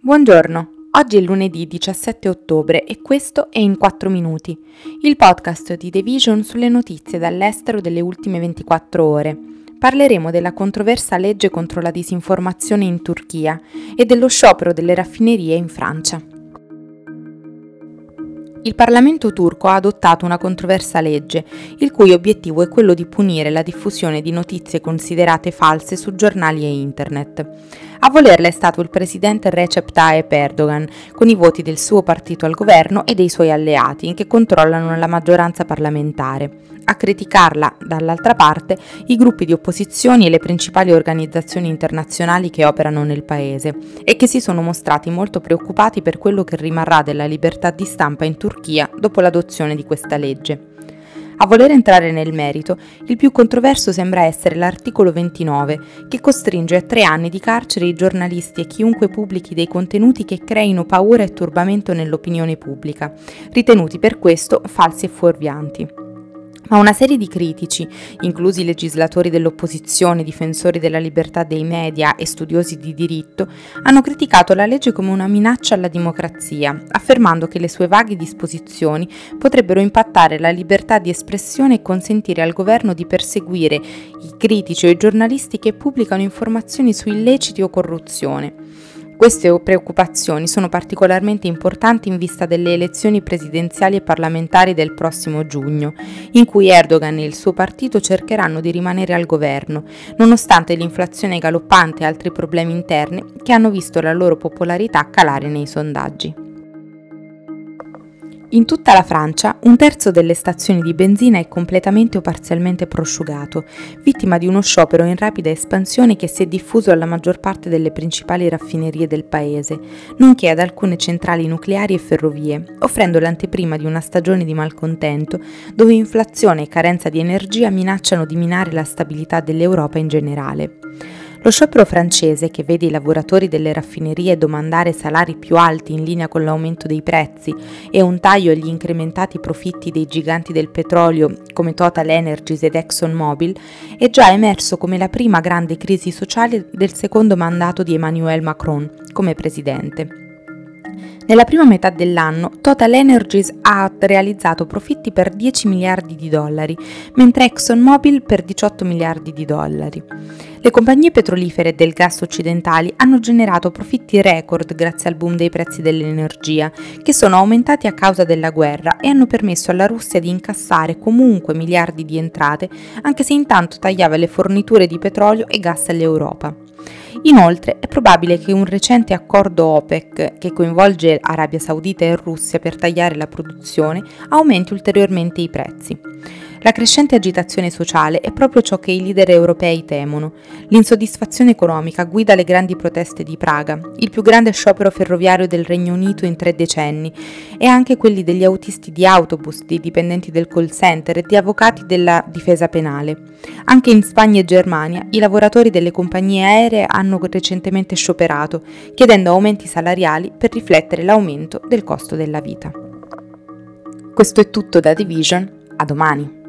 Buongiorno, oggi è lunedì 17 ottobre e questo è In 4 Minuti, il podcast di The Vision sulle notizie dall'estero delle ultime 24 ore. Parleremo della controversa legge contro la disinformazione in Turchia e dello sciopero delle raffinerie in Francia. Il Parlamento turco ha adottato una controversa legge, il cui obiettivo è quello di punire la diffusione di notizie considerate false su giornali e internet. A volerla è stato il presidente Recep Tayyip Erdogan, con i voti del suo partito al governo e dei suoi alleati, che controllano la maggioranza parlamentare. A criticarla, dall'altra parte, i gruppi di opposizione e le principali organizzazioni internazionali che operano nel paese e che si sono mostrati molto preoccupati per quello che rimarrà della libertà di stampa in Turchia dopo l'adozione di questa legge. A voler entrare nel merito, il più controverso sembra essere l'articolo 29, che costringe a 3 anni di carcere i giornalisti e chiunque pubblichi dei contenuti che creino paura e turbamento nell'opinione pubblica, ritenuti per questo falsi e fuorvianti. Ma una serie di critici, inclusi legislatori dell'opposizione, difensori della libertà dei media e studiosi di diritto, hanno criticato la legge come una minaccia alla democrazia, affermando che le sue vaghe disposizioni potrebbero impattare la libertà di espressione e consentire al governo di perseguire i critici o i giornalisti che pubblicano informazioni su illeciti o corruzione. Queste preoccupazioni sono particolarmente importanti in vista delle elezioni presidenziali e parlamentari del prossimo giugno, in cui Erdogan e il suo partito cercheranno di rimanere al governo, nonostante l'inflazione galoppante e altri problemi interni che hanno visto la loro popolarità calare nei sondaggi. In tutta la Francia, 1/3 delle stazioni di benzina è completamente o parzialmente prosciugato, vittima di uno sciopero in rapida espansione che si è diffuso alla maggior parte delle principali raffinerie del paese, nonché ad alcune centrali nucleari e ferrovie, offrendo l'anteprima di una stagione di malcontento dove inflazione e carenza di energia minacciano di minare la stabilità dell'Europa in generale. Lo sciopero francese, che vede i lavoratori delle raffinerie domandare salari più alti in linea con l'aumento dei prezzi e un taglio agli incrementati profitti dei giganti del petrolio come Total Energies ed ExxonMobil, è già emerso come la prima grande crisi sociale del secondo mandato di Emmanuel Macron come presidente. Nella prima metà dell'anno Total Energies ha realizzato profitti per 10 miliardi di dollari, mentre ExxonMobil per 18 miliardi di dollari. Le compagnie petrolifere e del gas occidentali hanno generato profitti record grazie al boom dei prezzi dell'energia, che sono aumentati a causa della guerra e hanno permesso alla Russia di incassare comunque miliardi di entrate, anche se intanto tagliava le forniture di petrolio e gas all'Europa. Inoltre è probabile che un recente accordo OPEC, che coinvolge Arabia Saudita e Russia per tagliare la produzione, aumenti ulteriormente i prezzi. La crescente agitazione sociale è proprio ciò che i leader europei temono. L'insoddisfazione economica guida le grandi proteste di Praga, il più grande sciopero ferroviario del Regno Unito in 3 decenni, e anche quelli degli autisti di autobus, dei dipendenti del call center e di avvocati della difesa penale. Anche in Spagna e Germania i lavoratori delle compagnie aeree hanno recentemente scioperato, chiedendo aumenti salariali per riflettere l'aumento del costo della vita. Questo è tutto da The Vision, a domani.